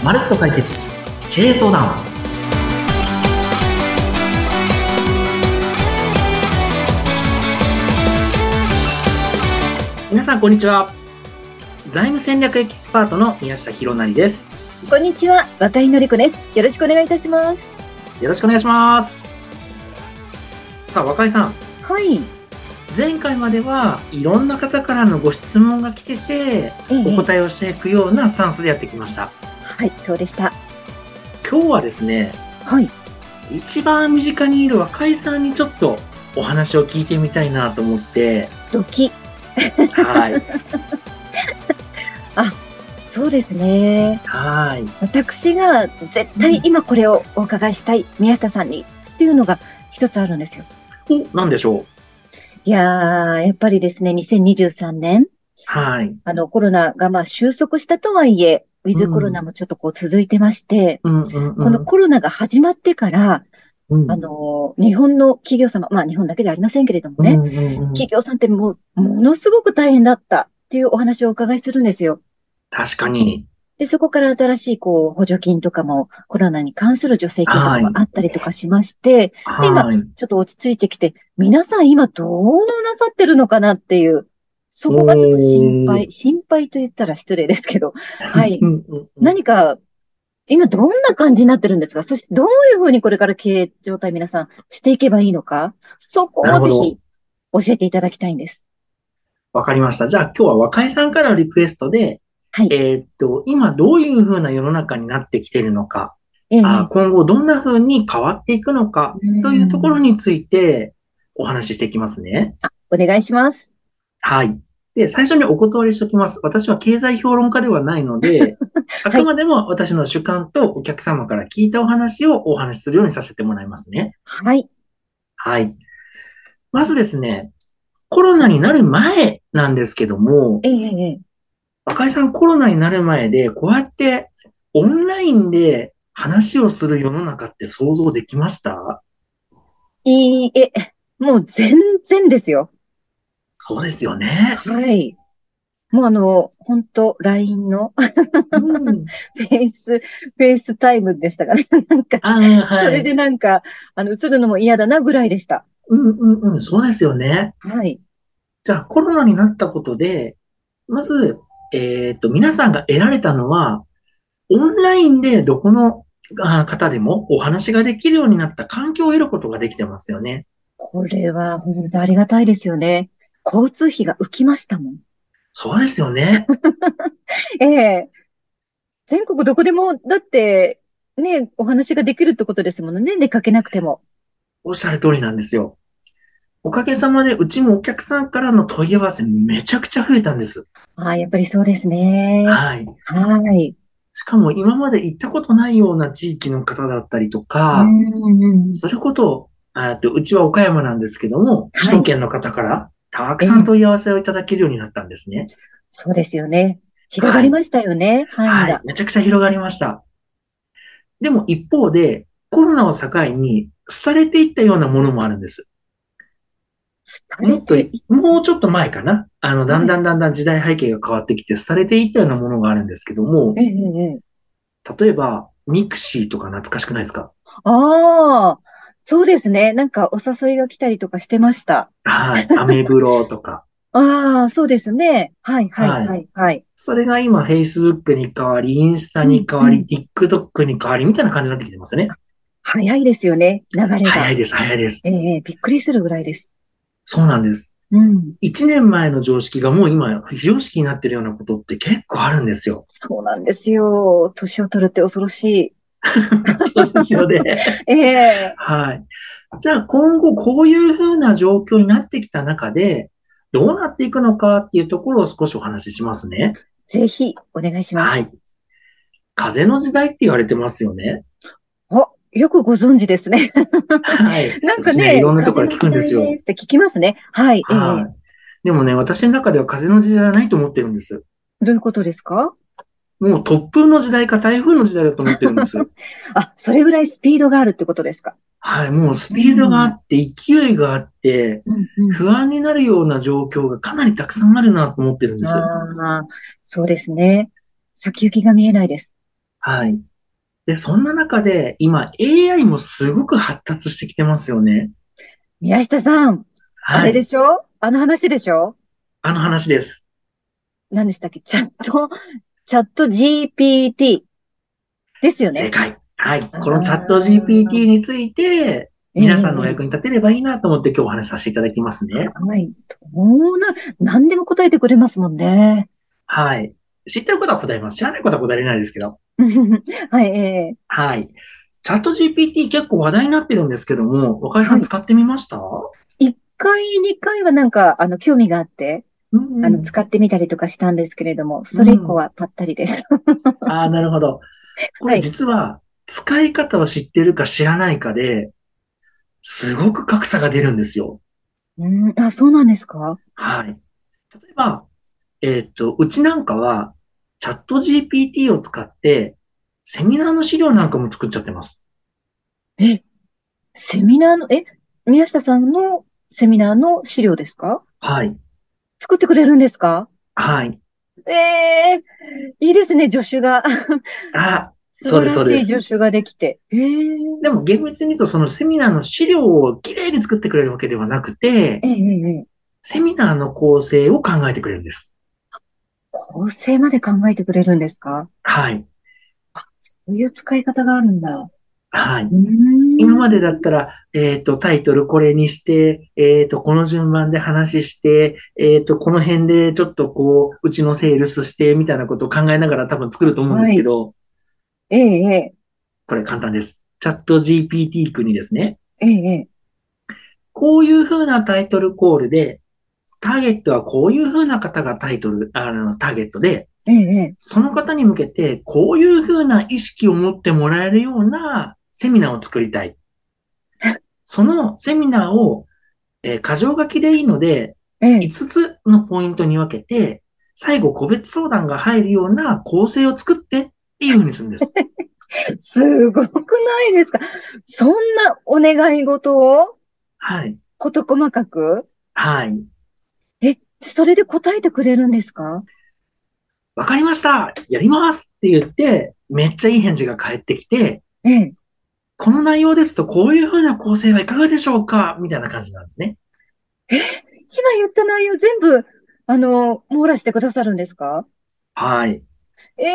まるっと解決経営相談。皆さんこんにちは。財務戦略エキスパートの宮下博成です。 こんにちは、若井のり子です。よろしくお願いいたします。 よろしくお願いします。さあ若井さん、 はい。 前回まではいろんな方からのご質問が来てて、お答えをしていくようなスタンスでやってきました。 はい、そうでした。 今日はですね、 はい。 一番身近にいる若井さんにちょっとお話を聞いてみたいなと思って。 ドキ。 はい。 あ、そうですね。 はい。 私が絶対今これをお伺いしたい、宮下さんにっていうのが一つあるんですよ。 お、なんでしょう。 いやー、やっぱりですね、2023年、 はい。 コロナが収束したとはいえ、ウィズコロナうん。 もちょっと続いてまして、 うんうんこのうん。 コロナが始まってから、 うん。 日本の企業様、日本だけじゃありませんけれどもね、 うんうんうん。 企業さんってものすごく大変だったっていうお話をお伺いするんですよ。 確かに。 で、そこから新しい、補助金とかも、コロナに関する助成金とかはい。 もあったりとかしまして、で、今、 はい。 ちょっと落ち着いてきて、皆さん今どうなさってるのかなっていう、そこがちょっとおー。 心配と言ったら失礼ですけど、はい。 うんうんうん。 何か、今どんな感じになってるんですか？そしてどういうふうにこれから経営状態皆さんしていけばいいのか、そこなるほど。 をぜひ教えていただきたいんです。 わかりました。じゃあ今日は若井さんからのリクエストで、 はい。 今どういうふうな世の中になってきているのか、 ええ、 今後どんなふうに変わっていくのかうというところん。 についてお話ししていきますね。 お願いします。 はい。で、最初にお断りしておきます。私は経済評論家ではないので、あはい。 くまでも私の主観とお客様から聞いたお話をお話しするようにさせてもらいますね。 はい。 はい。まずですね、コロナになる前なんですけども、 ええ、え若井さんコロナになる前で、こうやってオンラインで話をする世の中って想像できました？ いいえ、もう全然ですよ。 そうですよね。 はい。もう本当 LINE のうん。 フェイス、フェイスタイムでしたかね。なんか、 ああ、 それはい。 でなんか、映るのも嫌だなぐらいでした。 うんうんうん。そうですよね。 はい。 じゃあコロナになったことで、まず、皆さんが得られたのは、オンラインでどこの方でもお話ができるようになった環境を得ることができてますよね。 これは本当ありがたいですよね。交通費が浮きましたもん。 そうですよね。 ええ。全国どこでも、だって、ね、お話ができるってことですもんね。出かけなくても。 おっしゃる通りなんですよ。おかげさまで、うちもお客さんからの問い合わせめちゃくちゃ増えたんです。 ああ、やっぱりそうですね。 はい。 はい。 しかも今まで行ったことないような地域の方だったりとうか、 ん。 それこそ、うちは岡山なんですけども、首はい。 都圏の方からたくええ。 さん問い合わせをいただけるようになったんですね。 そうですよね。広がはい。 りましたよね。範囲はい。 が。 めちゃくちゃ広がりました。でも一方で、コロナを境に廃れていったようなものもあるんです。 廃れてい、 もうちょっと前かな。だんはい。 だんだんだん時代背景が変わってきて、廃れていったようなものがあるんですけども、 ええ、ええ。ええ。 例えば、ミクシーとか懐かしくないですか？ ああ、そうですね。なんかお誘いが来たりとかしてました。 はい。アメブロとか。 ああ、そうですね。はい、はい、 はい。 はい、はい。 それが今、Facebook に変わり、インスタうん、 に変わり、 うん。 TikTok に変わり、みたいな感じになってきてますね。 早いですよね。流れが。 早いです、早いです。 ええ、びっくりするぐらいです。 そうなんです。 うん。 1年前の常識がもう今、非常識になってるようなことって結構あるんですよ。 そうなんですよ。年を取るって恐ろしい。 そうですよね。 ええ、 はい。じゃあ今後こういうふうな状況になってきた中で、どうなっていくのかっていうところを少しお話ししますね。 ぜひお願いします。 はい。風の時代って言われてますよね。 あ、よくご存知ですね。 はい。 なんか私ね、いね、 ろんなところから聞く風の時んですよ。 代ですって聞きますね。はい、ええ、 はい。でもね、私の中では風の時代じゃないと思ってるんです。 どういうことですか？ もう突風の時代か台風の時代だと思ってるんです。 あ、それぐらいスピードがあるってことですか？ はい。もうスうピードがあん、 って、勢いがあって、 うん、うん。 不安になるような状況がかなりたくさんあるなと思ってるんです。 ああ、そうですね。先行きが見えないです。 はい。で、そんな中で、今 AI もすごく発達してきてますよね。 宮下さん、あれではい。 しょ？あの話でしょ？ あの話です。 何でしたっけ？チャット GPT ですよね。 正解。はい。 あこのチャット GPT ー、 について、 え皆さんのおえ、ええ、 役に立てればいいなと思って今日お話しさせていただきますね。 はい。何でも答えてくれますもんね。 はい。知ってることは答えます。知らないことは答えれないですけど。 はい、ええ、 はい。チャット GPT 結構話題になってるんですけども、若井さはい。 ん使ってみました？ 1回、2回はなんか、興味があって、 うんうん。 使ってみたりとかしたんですけれども、それ以降うん。 はぱったりです。 ああ、なるほど。これはい。 実は、使い方を知ってるか知らないかで、すごく格差が出るんですよ。 あ、そうなんですか？ はい。例えば、うちなんかは、チャット GPT を使って、セミナーの資料なんかも作っちゃってます。 え、セミナーの、宮下さんのセミナーの資料ですか？ はい。 作ってくれるんですか？ はい。 ええ、いいですね、助手が。 あ、 素そうです、 晴らしいそうです。 助手ができて。 でも厳密に言うと、そのセミナーの資料をきれいに作ってくれるわけではなくて、 ええ、ええ、 セミナーの構成を考えてくれるんです。 構成まで考えてくれるんですか？ はい。 そういう使い方があるんだ。 はい。 うー今までだったん。 ら、タイトルこれにして、この順番で話して、この辺でちょっとこう、うちのセールスして、みたいなことを考えながら多分作ると思うんではい。 すけど、 ええ、 これ簡単です。チャット GPT 君にですね、 ええ、 こういう風なタイトルコールで、ターゲットはこういう風な方がターゲットで、 ええ、ええ、 その方に向けて、こういう風な意識を持ってもらえるようなセミナーを作りたい。そのセミナーを箇条書きでいいので、 ええ。 5つのポイントに分けて、最後個別相談が入るような構成を作ってっていうふうにするんです。 すごくないですか？そんなお願い事をはい。 事細かく？ はい。 それで答えてくれるんですか？ わかりました。やりますって言って、めっちゃいい返事が返ってきて、 ええ。 この内容ですとこういうふうな構成はいかがでしょうかみたいな感じなんですね。 え、今言った内容全部、網羅してくださるんですか？ はい。 え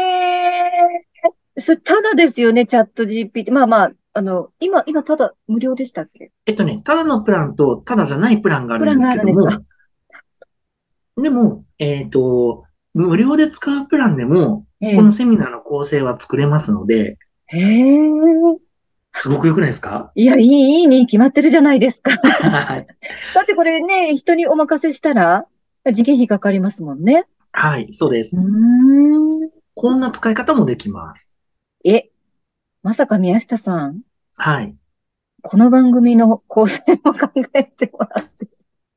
ただですよね、チャット GPT。まあまあ、今、ただ無料でしたっけ？ ただのプランとただじゃないプランがあプランるんですがあるんですか？ けども、でも、無料で使うプランでも、このええ。 セミナーの構成は作れますので、 へえ。 すごく良くないですか？ いや、いいに決まってるじゃないですか。 はい。 だってこれね、人にお任せしたら、人件費かかりますもんね。 はい、そうでうす。 ーん。 こんな使い方もできます。 え、まさか宮下さん、 はい。 この番組の構成も考えてもらって。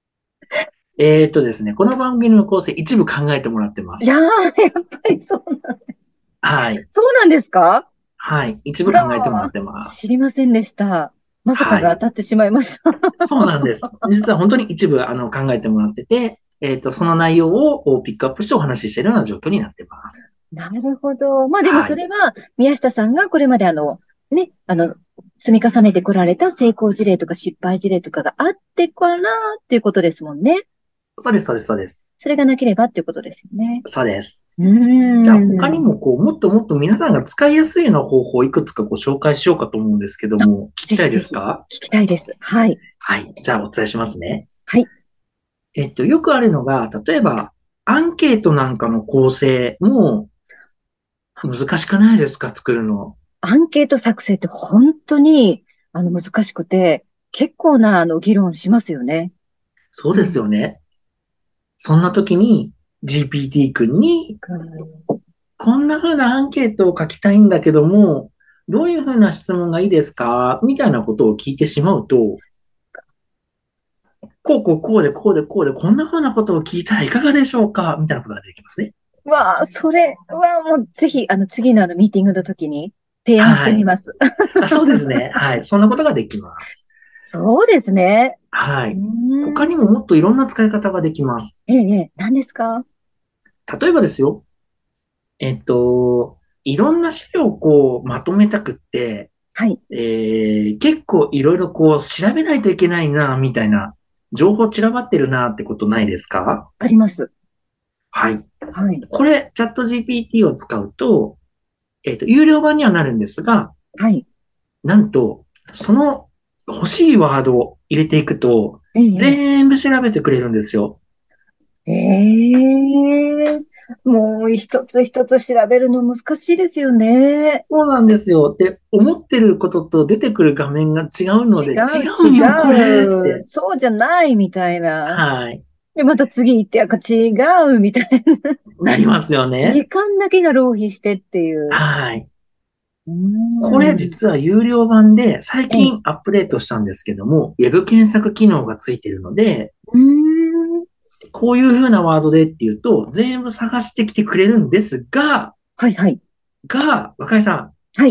ですね、この番組の構成一部考えてもらってまいやー、 す。 やっぱりはい。 そうなんですか？ はい。一あら部考えてもらっー、 てます。 知りませんでした。まさかはい。 が当たってしまいました。 そうなんです。実は本当に一部、考えてもらってて、その内容をピックアップしてお話ししているような状況になってます。 なるほど。まあでもはい。 それは、宮下さんがこれまでね、積み重ねてこられた成功事例とか失敗事例とかがあってからっていうことですもんね。 そうです、そうです、そうです。 それがなければっていうことですよね。 そうです。 うじゃあ他ーん。 にももっともっと皆さんが使いやすいような方法をいくつかご紹介しようかと思うんですけどあ、 も、聞きたいでぜひぜひ、 すか？ 聞きたいです。はい。 はい。じゃあお伝えしますね。 はい。 よくあるのが、例えば、アンケートなんかの構成も難しくないですか？作るの。 アンケート作成って本当に、難しくて、結構な、議論しますよね。 そうですうん。 よね。そんな時に GPT 君に、こんな風なアンケートを書きたいんだけども、どういう風な質問がいいですかみたいなことを聞いてしまうと、こうこうこうでこうでこうでこんな風なことを聞いたらいかがでしょうかみたいなことが出てきますね。 わあ、それはもうぜひ、次のミーティングの時に提案してはい。 みます。 あ、そうですね。はい。そんなことができます。 そうですね。うーはい。他にもん。 もっといろんな使い方ができます。 ええ、ええ、何ですか？ 例えばですよ。えっと、 いろんな資料をこうまとめたくって、 はい。 結構いろいろこう調べないといけないな、みたいな、情報散らばってるなってことないですか？ あります。 はい。 はい。 これ、チャット GPT を使うと、有料版にはなるんですが、 はい。 なんと、その欲しいワードを入れていくと、 ええ、 全部調べてくれるんですよ。 ええ、もう一つ一つ調べるの難しいですよね。 そうなんですよ。で、思ってることと出てくる画面が違うので、違違う、 うんよ、これっ違う、 て。 そうじゃないみたいな。 はい。 で、また次行って、違うみたいな。 なりますよね。 時間だけが浪費してっていう。 はい。 うーこれん。 実は有料版で最ええ。 近アップデートしたんですけども、ウェブ検索機能がついているので、 うーん。 こういう風なワードでっていうと、全部探してきてくれるんですが、 はいはい。 若井さん、 はい。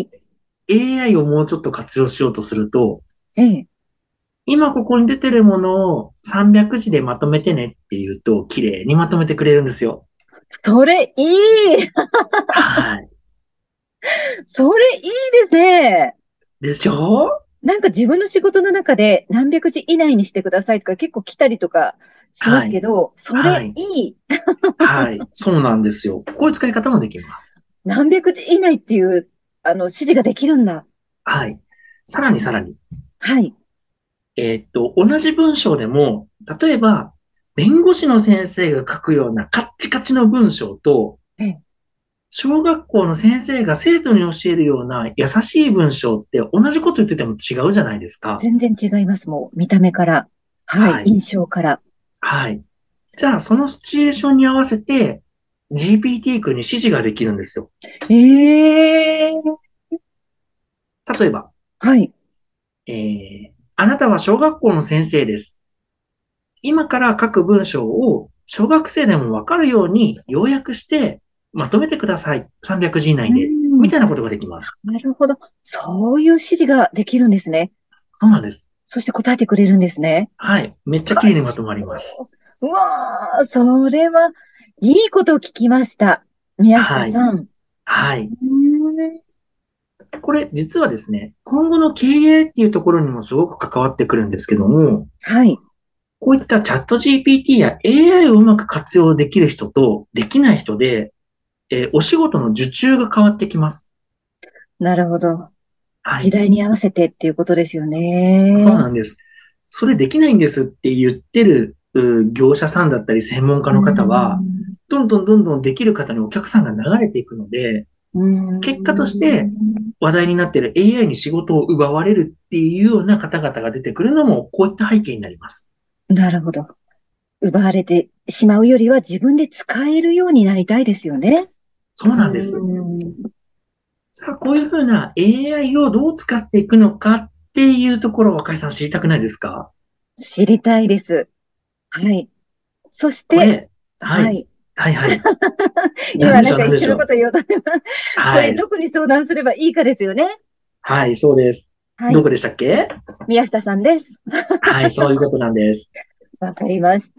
AI をもうちょっと活用しようとすると、 ええ。 今ここに出てるものを300字でまとめてねっていうと、綺麗にまとめてくれるんですよ。 それいい。 はい。 それいいですね。 でしょ？ なんか自分の仕事の中で何百字以内にしてくださいとか結構来たりとかしまはい。 すけど、それはい。 いい。 はい。そうなんですよ。こういう使い方もできます。 何百字以内っていう、指示ができるんだ。 はい。さらに、 はい。 同じ文章でも、例えば、弁護士の先生が書くようなカッチカチの文章と、 ええ、 小学校の先生が生徒に教えるような優しい文章って同じこと言ってても違うじゃないですか。 全然違います。もう見た目から。はい。 はい。 印象から。 はい。じゃあ、そのシチュエーションに合わせて、GPT 君に指示ができるんですよ。 ええ、 例えば、 はい。 あなたは小学校の先生です。今から書く文章を小学生でもわかるように要約してまとめてください。300字以う内で。みん。 たいなことができます。 なるほど。そういう指示ができるんですね。 そうなんです。 そして答えてくれるんですね。 はい。めっちゃ綺麗にまとまります。 うわー、それはいいことを聞きました。宮下はい。 さん。 はい。 うーん。 これ実はですね、今後の経営っていうところにもすごく関わってくるんですけども、 はい。 こういったチャット GPT や AI をうまく活用できる人とできない人で、お仕事の受注が変わってきます。 なるほど。 はい。 時代に合わせてっていうことですよね。 そうなんです。それできないんですって言ってる業者さんだったり専門家うーの方は、 ん。 どんどんできる方にお客さんが流れていくので、 うー結果としてん。 話題になっている AI に仕事を奪われるっていうような方々が出てくるのも、こういった背景になります。 なるほど。奪われてしまうよりは自分で使えるようになりたいですよね。 そううーなんです。 ん。 さあ、こういうふうな AI をどう使っていくのかっていうところを若井さん知りたくないですか？ 知りたいです。はい。そして、 これ、はい。 はい。 はいはい。なんでしょう、 今なんかなんでしょう。 一緒のこと言おうと思います。こはい。 れどこに相談すればいいかですよね。 はい、そうです。 はい。 どこでしたっけ？ 宮下さんです。 はい、そういうことなんです。 わかりました。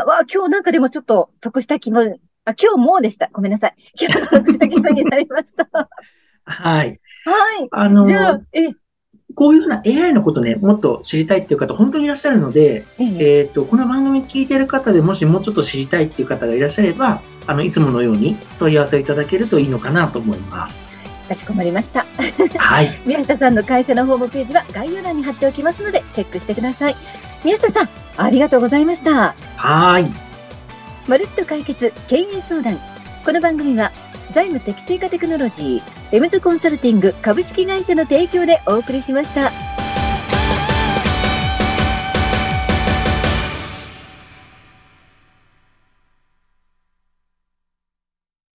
今日なんかでもちょっと得した気分。今日もうでした。ごめんなさい。今日も得した気分になりました。 はい。 はい。 あじゃあ、 の、こういうふうな AI のことね、もっと知りたいっていう方、本当にいらっしゃるので、 ええ、 この番組聞いてる方でもしもうちょっと知りたいっていう方がいらっしゃれば、いつものように問い合わせいただけるといいのかなと思います。 かしこまりました。 はい。 宮下さんの会社のホームページは概要欄に貼っておきますので、チェックしてください。宮下さん、ありがとうございました。 はい。 まるっと解決経営相談。この番組は財務適正化テクノロジー、エムズコンサルティング株式会社の提供でお送りしました。